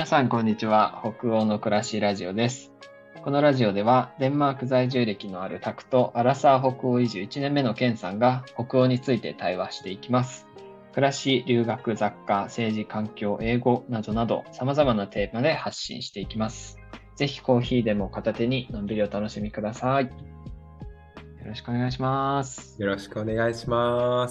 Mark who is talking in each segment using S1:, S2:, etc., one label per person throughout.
S1: 皆さん、こんにちは。北欧の暮らしラジオです。このラジオでは、デンマーク在住歴のあるタクとアラサー北欧移住1年目のケンさんが北欧について対話していきます。暮らし、留学、雑貨、政治、環境、英語などなど様々なテーマで発信していきます。ぜひコーヒーでも片手にのんびりお楽しみください。よろしくお願いします。
S2: よろしくお願いします。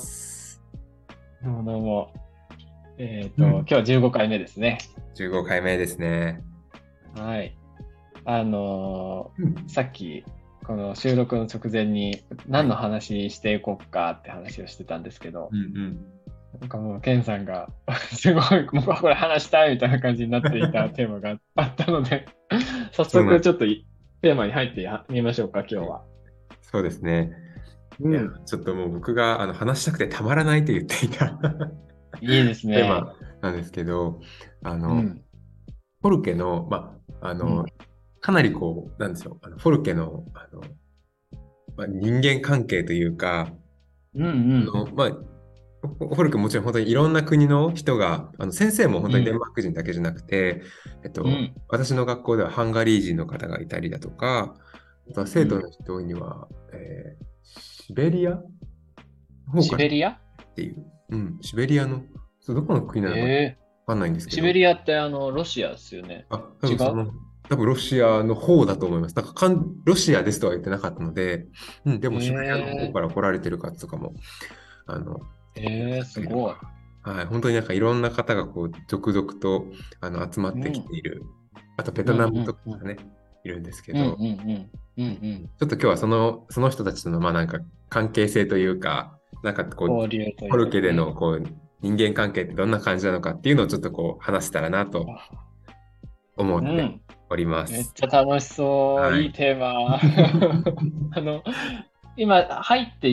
S1: どうもどうも。今日は15回目ですね。
S2: 15回目ですね。
S1: はい。
S2: うん。
S1: さっき、この収録の直前に
S2: はい。
S1: 何の話していこうかって話をしてたんですけど、
S2: うん
S1: なんかもう、ケンさんがすごい、もうこれ話したいみたいな感じになっていたテーマがあったので早
S2: そうなんで
S1: 速ちょっとテーマに入ってみましょうか、今日
S2: すね。
S1: は。
S2: そうですね。いや、
S1: うん。
S2: ちょっともう僕が話したくてたまらないと言っていた
S1: いいですね。
S2: テーマなんですけど、あの、
S1: うん。
S2: フォルケの、
S1: うん。
S2: かなりなんですよ。フォルケの、人間関係というか、
S1: うんうん。
S2: あの、まあ、フォルクもちろん本当にいろんな国の人が、先生も本当にデン
S1: うん。
S2: マーク人だけじゃなくて、
S1: うん。
S2: 私の学校ではハンガリー人の方がいたりだとか、あとは生徒
S1: うん。
S2: の人には、シベリアの方からっ
S1: シベリア。
S2: ていう、シベリアの、どこの国なのかわ
S1: え
S2: かんないんですけど、
S1: シベリアってロシアですよね。
S2: 多
S1: 違う？
S2: 分多分ロシアの方だと思います。ロシアですとは言ってなかったので、でもシベリアの方
S1: え
S2: から来られてる方とかも、あの、いらっしゃった
S1: すごい。
S2: りとか、はい、本当になんかいろんな方が続々と集まってき
S1: うん。
S2: ている。あとベ
S1: うん
S2: トナムとか
S1: うんうん。
S2: ね、いるんですけ
S1: うんう
S2: ど、
S1: んうん。うんうん。
S2: ちょっと今日はその人たちとのなんか関係性というか、なんか
S1: 交流と
S2: コ
S1: いうかね。
S2: ルケでの人間関係ってどんな感じなのかっていうのをちょっと話せたらなと
S1: あ、
S2: 思って
S1: うん。
S2: おりま
S1: めっ
S2: す。
S1: ちゃ楽しそう。
S2: はい。
S1: いいテーマ。あの、今入って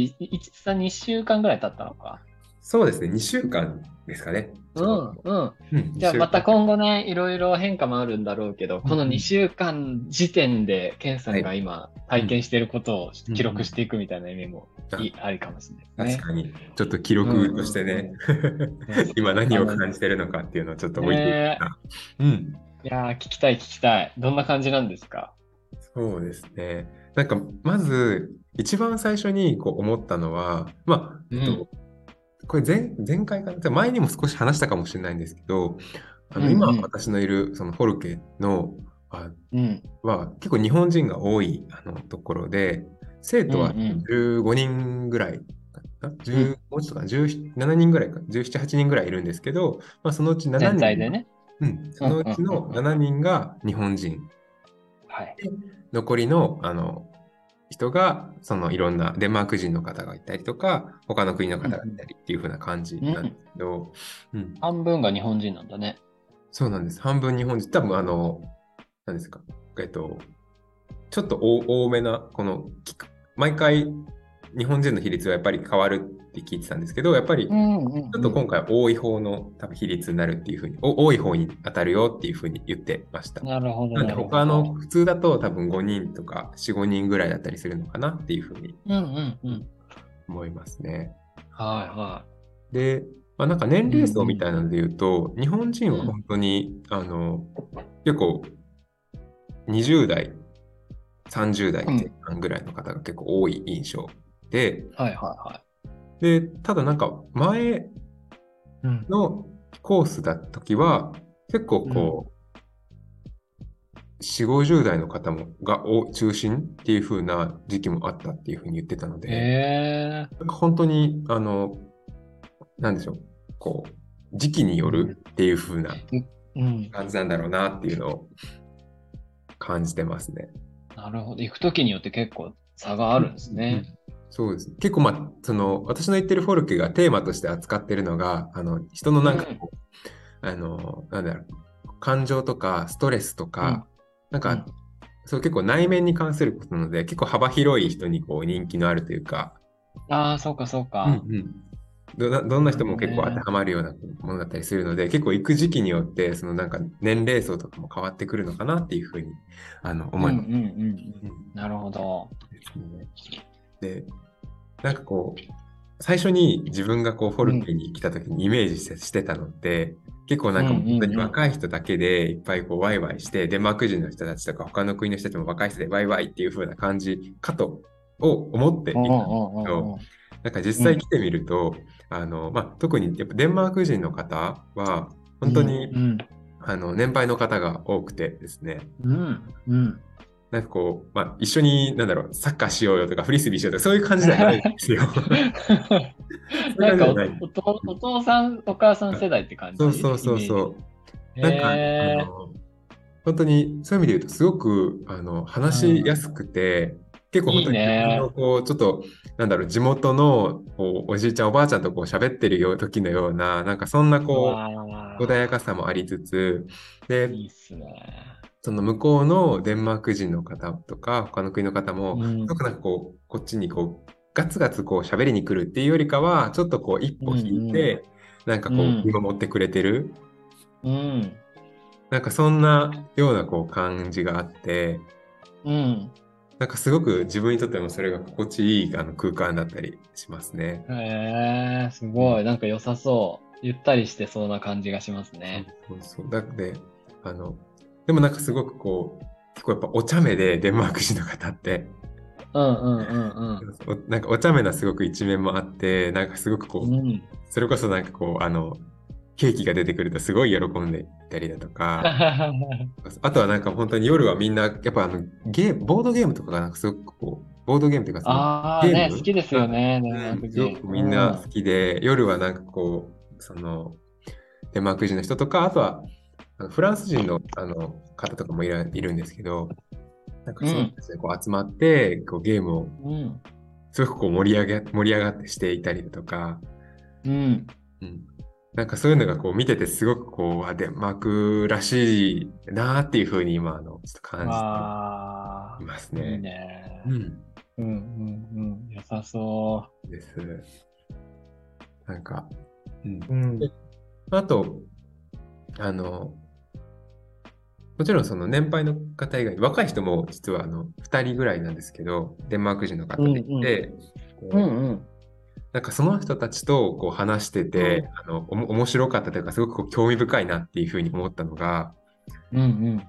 S1: 2週間ぐらい経ったのか。
S2: そうですね、2週間ですかね、
S1: う
S2: ちょう
S1: んうん。
S2: ど。2週間。
S1: じゃあまた今後ね、いろいろ変化もあるんだろうけど、この
S2: うんうん。
S1: 2週間時点で、ケンさん
S2: はい。
S1: が今
S2: うん。
S1: 体験していることを
S2: うんう
S1: 記録し
S2: ん。
S1: ていくみたいな意味も
S2: あ、
S1: ありかもしれないですね。
S2: 確かに、ちょっと記
S1: うん
S2: 録としてね
S1: うんうん。そう
S2: 今
S1: そう。
S2: 何を感じてるのかっていうのをちょっと置いていく
S1: ね
S2: か。うん。
S1: え。いやー、聞きたい聞きたい。どんな感じなんですか？
S2: そうですね。なんか、まず、一番最初に思ったのは、
S1: うん。
S2: これ前回かな、前にも少し話したかもしれないんですけど、
S1: うんう
S2: 今
S1: ん。
S2: 私のいるそのフォルケの、
S1: うん。
S2: は結構日本人が多いところで、生
S1: うんう
S2: 徒は
S1: ん。
S2: 15人ぐらいかな、
S1: うん。
S2: もうちょっとかな、17人ぐらいか、17、8人ぐらいいるんですけど、そのうち7
S1: 全
S2: 人が、
S1: 体でね。
S2: そ
S1: うん
S2: のうちの
S1: うんうんうん。
S2: 7人が日本人。
S1: はい。
S2: で、残りの、人が、いろんなデンマーク人の方がいたりとか、他の国の
S1: うん
S2: 方がいたりっていう風な感じ
S1: うん。うん。
S2: なんですけど、うん、
S1: 半分が日本人なんだね。
S2: そうなんです。半分日本人、多分何ですか、ちょっと多めな、毎回日本人の比率はやっぱり変わるって聞いてたんですけど、やっぱり
S1: うんうん
S2: ちょっ
S1: うん。
S2: と今回多い方の多分比率になるっていうふうに、多い方に当たるよっていうふうに言ってました。
S1: なるほど、
S2: なので
S1: なるほど。
S2: 普通だと多分5人とか4、5人ぐらいだったりするのかなっていうふうに
S1: うんうんう
S2: うん
S1: ん。
S2: 思いますね。
S1: はいは
S2: で、なんか年
S1: い。う
S2: 齢層みた
S1: ん
S2: いなので言うと、日本人
S1: うん。
S2: は
S1: うん。
S2: 本当に、結構20代、30代前
S1: うん。
S2: 半ぐらいの方が結構多い印象で、
S1: はいはいはい。
S2: ただなんか前
S1: うん。
S2: のコースだった時は、結構
S1: うん。
S2: 4、50代の方が中心っていう風な時期もあったっていう風に言ってたので、
S1: ええ。
S2: なんか本当に、なんでしょう、時期によ
S1: うん。
S2: るっていう風な
S1: うん。
S2: 感じなんだろうなっていうのを感じてますね。
S1: なるほど。行くときによって結構差があ
S2: うん
S1: るんです
S2: うんうん。
S1: ね。
S2: そうです。結構私の言ってるフォルケがテーマとして扱ってるのが、人の
S1: うん。
S2: なんだろう、感情とかストレスとか、
S1: うん。
S2: なんか、
S1: うん。
S2: そう結構内面に関することなので、結構幅広い人に人気のあるというか、
S1: ああ、そうかそう
S2: うんう
S1: か。
S2: ん。どんな人も結構当て
S1: ね
S2: はまるようなものだったりするので、結構行く時期によって、なんか年齢層とかも変わってくるのかなっていうふうに、思います。
S1: うんうんうんうん。
S2: うん
S1: なるほど。
S2: ですね。で、なんか最初に自分がフォ
S1: うん。
S2: ルケに来た時にイメージしてたのって、 結構
S1: うんう
S2: なんかもう本当に
S1: んうん。
S2: 若い人だけでいっぱいこうワイワイして、デンマーク人の人たちとか他の国の人たちも若い人でワイワイっていう風な感じかと思って
S1: うんう
S2: いたんですけど、
S1: んうん
S2: なんか実
S1: うん。
S2: 際来てみると、特にやっぱデンマーク人の方は
S1: うん
S2: 本当に
S1: うん
S2: 年配の方が多くてですね、
S1: うんうん
S2: なんかこう、一緒に、サッカーしようよとか、フリスビーしようとか、そういう感じではないんですよ。そういう
S1: なんか
S2: 感じではない。
S1: お父さん、お母さん世代って感じ
S2: そうそう
S1: イメージ。
S2: そうそう。
S1: へ
S2: なんか、
S1: え。
S2: 本当にそういう意味で言うと、すごく、
S1: う
S2: 話しや
S1: ん。
S2: すくて、結構本
S1: いい
S2: 当に自分の、
S1: ね。
S2: こう、ちょっと、地元の、こう、おじいちゃん、おばあちゃんとこう、喋ってる時のような、なんかそんな、
S1: う
S2: こう、穏や
S1: わ
S2: かさもありつつ、で、
S1: ー、いいっすね。
S2: その向こうのデンマーク人の方とか、他の国の方も、
S1: うん。
S2: すごくなんかこう、こっちにこう、ガツガツこう喋りに来るっていうよりかは、ちょっとこう一
S1: う
S2: 歩引い
S1: ん
S2: て、なんか
S1: うん。
S2: こう見
S1: うん。
S2: 守ってくれてる、
S1: うん。
S2: なんかそんなようなこう感じがあって、
S1: うん。
S2: なんかすごく自分にとってもそれが心地いい空間だったりしますね。
S1: へえ、す
S2: うん、
S1: ごい。なんか良さそう。ゆったりしてそうな感じがします
S2: そう
S1: ね。
S2: そうそう。だって、あの、でもなんかすごくこう、結構やっぱお茶目でデンマーク人の方って、
S1: うんうんうん
S2: なんかお茶目なすごく一面もあって、なんかすごくこ
S1: うん。
S2: う、
S1: うん。
S2: それこそなんかこう、ケーキが出てくるとすごい喜んでいたりだとか、あとはなんか本当に夜はみんな、やっぱボードゲームとかがなんかすごくこう、ボードゲームというかその
S1: ああね、好
S2: ゲーム
S1: きですよ
S2: が、
S1: ね、デンマ
S2: うん、すご
S1: ーク人。
S2: くみんな好
S1: うん。
S2: きで、夜はなんかこう、デンマーク人の人とか、あとはフランス人の、方とかもいるんですけど、なんかその人
S1: うん。
S2: たちでこう集まって、こうゲームを
S1: うん。
S2: すごくこう盛り上がってしていたりだとか、
S1: うん。
S2: うん、なんかそういうのがこう見ててすごくこう、デンマークらしいなーっていうふうに今、ちょっと感じてい
S1: ああ、いい
S2: ますね。う
S1: ね。
S2: ん。
S1: うんうんうん。良さそ
S2: です。なんか、うん。
S1: う。うん。
S2: であと、あの、もちろんその年配の方以外に若い人も実は2人ぐらいなんですけど、デンマーク人の
S1: う
S2: 方でい
S1: んうん。
S2: て、こう
S1: うんうん。
S2: なんかその人たちとこう話してて、
S1: うん
S2: 面白かったというか、すごくこう興味深いなっていうふうに思ったのが、
S1: うん。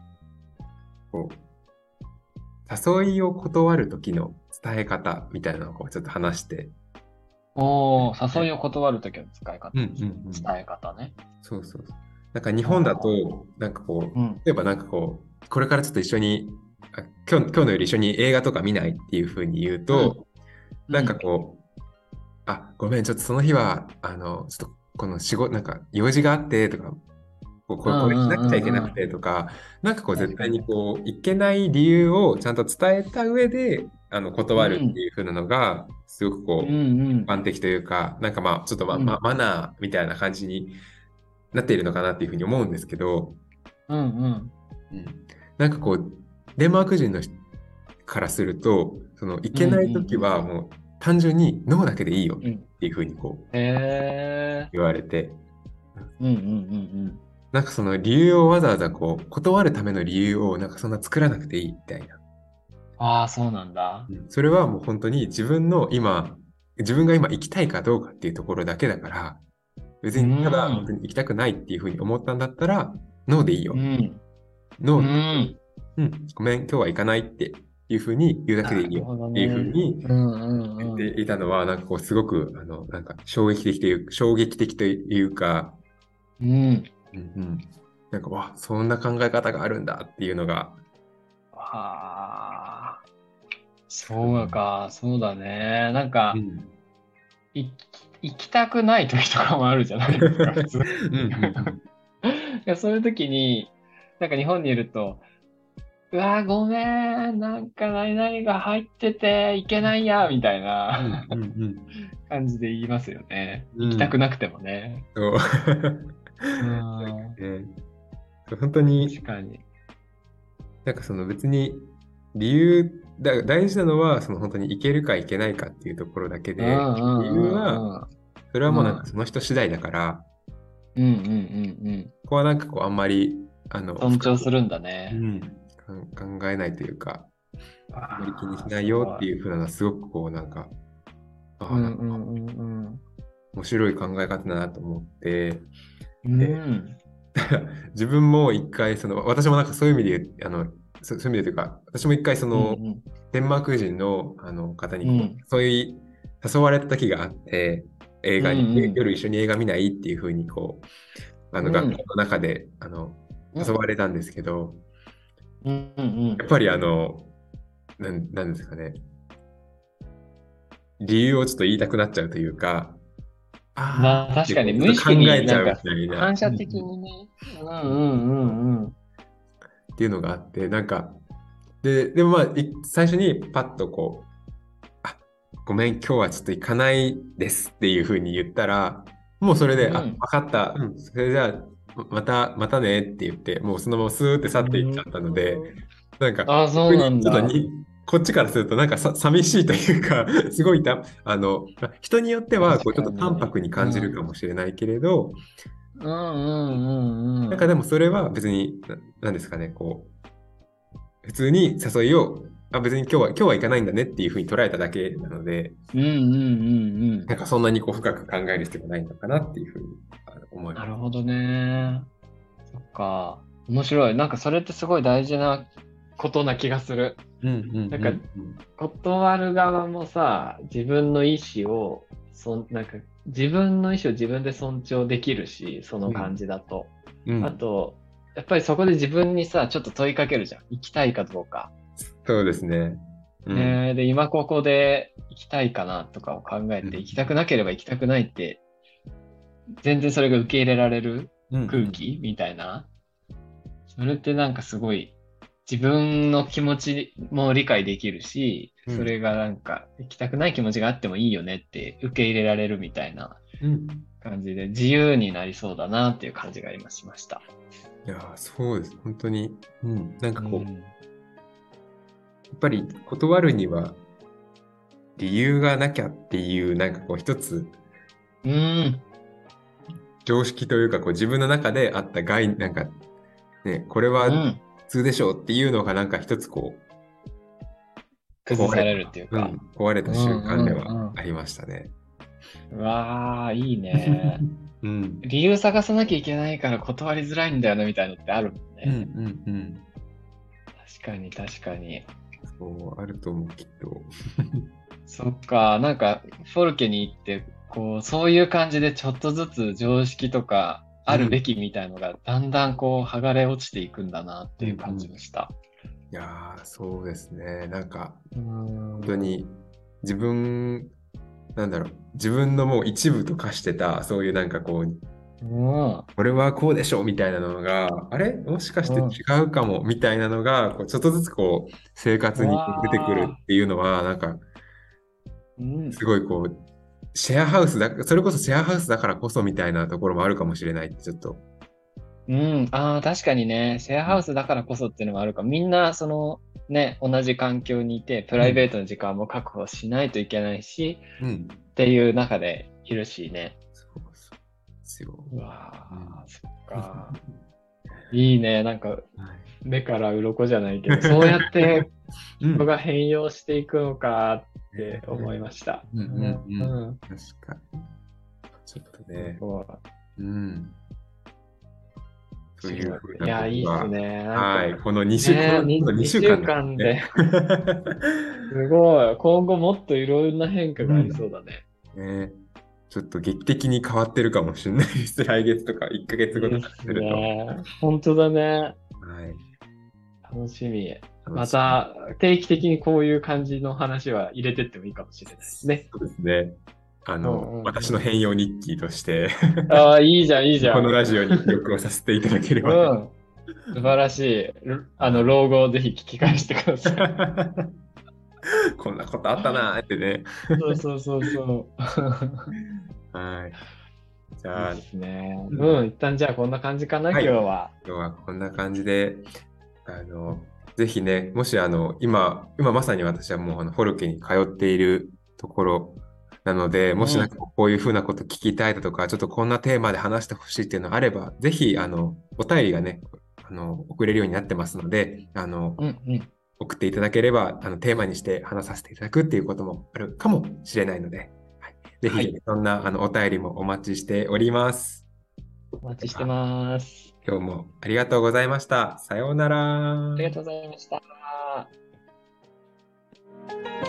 S2: こう誘いを断る時の伝え方みたいなのをこうちょっと話して
S1: おー、誘い
S2: て、
S1: を断るときの使い
S2: うん
S1: 方。
S2: うんうん。
S1: 伝え方ね。
S2: そうそうそう。なんか日本だ
S1: あ
S2: と、なんかこう、
S1: ーうん。
S2: 例えばなんかこう、これからちょっと一緒に、今日の夜一緒に映画とか見ないっていうふうに言う
S1: うん。
S2: と、なんか
S1: うん。
S2: こう、ごめん、ちょっとその日は、ちょっとこの仕事、なんか用事があってとか、
S1: うん
S2: これしなくちゃいけなく
S1: うんうんうん。
S2: てとか、なんかこう絶対に
S1: 確かに。
S2: こう、いけない理由をちゃんと伝えた上で、
S1: う
S2: 断るって
S1: ん。
S2: いう風なのが、すごく
S1: うん
S2: こう、
S1: うん。
S2: 一般的というか、なんかちょっと
S1: うん。
S2: マナーみたいな感じになっているのかなっていうふうに思うんですけど、
S1: うんうん。
S2: うん、なんかこう、デンマーク人の人からすると、その、い
S1: うんうん
S2: けないとき
S1: うん。
S2: はもう単純にノーだけでいいよっ
S1: うん。
S2: ていうふうにこう、
S1: へえ。
S2: 言われて、
S1: うんうんうん
S2: なんかその理由をわざわざこう、断るための理由をなんかそんな作らなくていいみたいな。
S1: ああ、そうなんだ。
S2: それはもう本当に自分が今行きたいかどうかっていうところだけだから、別
S1: うー
S2: にただ本当
S1: ん。
S2: に行きたくないっていうふうに思ったんだったら、ノーでいいよ。
S1: うん。う
S2: ノー、
S1: ーん。
S2: ごめん、今日は行かないっていうふうに言うだけでいいよ
S1: なるほど
S2: っていうふう
S1: ね。
S2: に
S1: うんうんうん。
S2: 言っていたのは、なんかこうすごく、なんか衝撃的というか、
S1: うん。
S2: うんうん、なんか、そんな考え方があるんだっていうのが、
S1: はあ、そう
S2: うん、
S1: か、そうだね。なんか、
S2: うん、
S1: い行きたくない時とかもあるじゃないですか、普通。
S2: うん、うん、
S1: いやそういう時に、なんか日本にいると、うわー、ごめん、なんか何々が入ってていけないや、みたい
S2: うん、
S1: な
S2: うん、うん、
S1: 感じで言いますよね。行きたく
S2: うん、
S1: なくてもね。
S2: そう。
S1: う
S2: なんか
S1: ん、
S2: ね、本当に、
S1: 確かに。
S2: なんかその別に大事なのは、その本当に行けるか行けないかっていうところだけ
S1: うんう
S2: で、理由は、
S1: んうん
S2: それは
S1: うん。
S2: もうなんか
S1: うん。
S2: その人次第だから、
S1: うんうんうんうん。
S2: ここはなんかこうあんまり、
S1: 尊
S2: 深く、
S1: 重するんだ
S2: う
S1: ね。
S2: ん、考えないというか、あんまり気にし
S1: ああ、
S2: ない
S1: すごい。
S2: よっていうふうなのはすごくこうなんか、なんか
S1: うんうんうんうん。
S2: 面白い考え方だなと思って、
S1: う
S2: で、
S1: ん。
S2: 自分も一回、私もなんかそういう意味で言う、そういう意味でというか、私も一回
S1: うん
S2: デンマーク人の、方に
S1: うん。うん。
S2: そういう誘われた時があって、映
S1: うん
S2: 画に、
S1: うん
S2: 夜一緒に映画見ないっていうふうに、学校
S1: うん。
S2: の中で、
S1: うん
S2: 誘われたんですけど、
S1: うんうん
S2: やっぱりなんですかね、理由をちょっと言いたくなっちゃうというか、
S1: うん。まあ
S2: って
S1: 確かに
S2: ちょっと考
S1: 無意識に
S2: えちゃうみ
S1: なんか
S2: たいな、
S1: 反射的にね。うんうんうんうん。
S2: っていうのがあって、なんか、でもまあ、最初にパッとあ、ごめん、今日はちょっと行かないですっていうふうに言ったら、もうそれで、わ
S1: うん。
S2: かった、それじゃあ、またねって言って、もうそのままスーって去っていっちゃったので、なんか、
S1: ああ、そう
S2: 逆に
S1: なんだ。
S2: こっちからすると、なんか寂しいというか、すごい人によっては、ちょっと
S1: 確かに。
S2: 淡白に感じるかもしれないけれど、
S1: うんうんうんうん。
S2: なんかでもそれは別に、なんですかね、普通に誘いを、別に今日は行かないんだねっていうふうに捉えただけなので、
S1: うんうんうんうん。
S2: なんかそんなに深く考える必要がないのかなっていうふうに思います。
S1: なるほどね。そっか。面白い。なんかそれってすごい大事なことな気がする。
S2: うんうん
S1: なんか
S2: うん
S1: 断る側もさ、自分の意思を、なんか自分の意思を自分で尊重できるし、その感
S2: うん
S1: じだと。
S2: うん。
S1: あと、やっぱりそこで自分にさ、ちょっと問いかけるじゃん。行きたいかどうか。
S2: そうですね。うん。
S1: で、今ここで行きたいかなとかを考えて、
S2: うん
S1: 行きたくなければ行きたくないって、全然それが受け入れられる
S2: うんうん
S1: 空気みたいな。それってなんかすごい自分の気持ちも理解できるし、
S2: うん
S1: それがなんか行きたくない気持ちがあってもいいよねって受け入れられるみたいな
S2: うん
S1: 感じで自由になりそうだなっていう感じが今しました。
S2: いやー、そうです。本当に。なんかや
S1: うん。
S2: っぱり断るには理由がなきゃっていう、なんか一つ
S1: うん。
S2: 常識というか、自分の中であったなんかね、これは普
S1: うん。
S2: 通でしょうっていうのがなんか一つ
S1: 崩されるっていうか。
S2: 壊れた瞬
S1: うんう
S2: 間では
S1: ん
S2: ありましたね。
S1: うん。うわあ、いいね。
S2: うん。
S1: 理由探さなきゃいけないから断りづらいんだよねみたいのってあるもん
S2: うんう
S1: ね。
S2: んうん。
S1: 確かに確かに。
S2: そう、あると思う、きっと。
S1: そっか、なんか、フォルケに行って、そういう感じでちょっとずつ常識とか、
S2: うん。
S1: あるべきみたいのが、だんだん剥がれ落ちていくんだなって
S2: うん
S1: いう感
S2: うん。い
S1: じました。
S2: やー、そうですね。なんか、
S1: うーん。
S2: 本当に自分、自分のもう一部と化してた、そういうなんか
S1: うん。
S2: これはこうでしょうみたいなのが、あれもしかして
S1: うん。
S2: 違うかもみたいなのが、ちょっとずつ生
S1: う
S2: 活に出てくる
S1: わあ。
S2: っていうのは、なんか、
S1: うん。
S2: すごいシェアハウスそれこそシェアハウスだからこそみたいなところもあるかもしれないって、ちょっと。
S1: うん。ああ、確かにね、シェアハウスだからこそっていうのもあるか。みんな、ね、同じ環境にいて、プ
S2: うん。
S1: ライベートの時間も確保しないといけないし、
S2: うん。
S1: っていう中でいるしね。
S2: そうそうですよ。
S1: う
S2: うん。
S1: わあ、そっか。いいね。なんか、
S2: はい。
S1: 目から鱗じゃないけど、そうやって
S2: うん。
S1: 人が変容していくのかって思い
S2: ね
S1: ました。
S2: うん
S1: うん、
S2: うんうん。
S1: うん。
S2: 確かに。ちょっと
S1: す
S2: ね。
S1: ごい。
S2: うん。という
S1: 白い。
S2: ふうな
S1: いや、いいっす
S2: ことが、
S1: ね。なんか、
S2: はい。この2週、こ
S1: ね、
S2: の、この2週
S1: 2週
S2: 間だね。
S1: 間で、すごい。今後もっといろんな変化がありそ
S2: うん。
S1: うだね。
S2: ね。ちょっと劇的に変わってるかもしれないです。来月とか1ヶ月後とかに
S1: いいっす
S2: すると。
S1: ね。本当だね。
S2: はい。
S1: 楽しみ。
S2: 楽しみ。
S1: また、定期的にこういう感じの話は入れてってもいいかもしれないですね。
S2: そうですね。
S1: うんうんうん。
S2: 私の変容日記として
S1: ああ、いいじゃん、いいじゃん。
S2: このラジオに記録をさせていただければと。
S1: うん。素晴らしい。
S2: はい。
S1: 老後をぜひ聞き返してください。
S2: こんなことあったなーってね。
S1: そうそうそうそう。
S2: はい。じ
S1: いいっ
S2: ゃあ、
S1: すね。
S2: うん。
S1: うん、一旦じゃあこんな感じかな、今
S2: はい。
S1: 日は。
S2: 今日はこんな感じで、ぜひね、もし今まさに私はもうフォルケに通っているところなので、もしなんか
S1: うん、
S2: こういうふうなこと聞きたいだとか、ちょっとこんなテーマで話してほしいっていうのがあれば、ぜひ、お便りがね、送れるようになってますので、
S1: うん、うん。
S2: 送っていただければ、テーマにして話させていただくっていうこともあるかもしれないので、はい、ぜひ、
S1: はい。
S2: そんな、お便りもお待ちしております。
S1: お待ちしてます。
S2: 今日もありがとうございました。さようなら。
S1: ありがとうございました。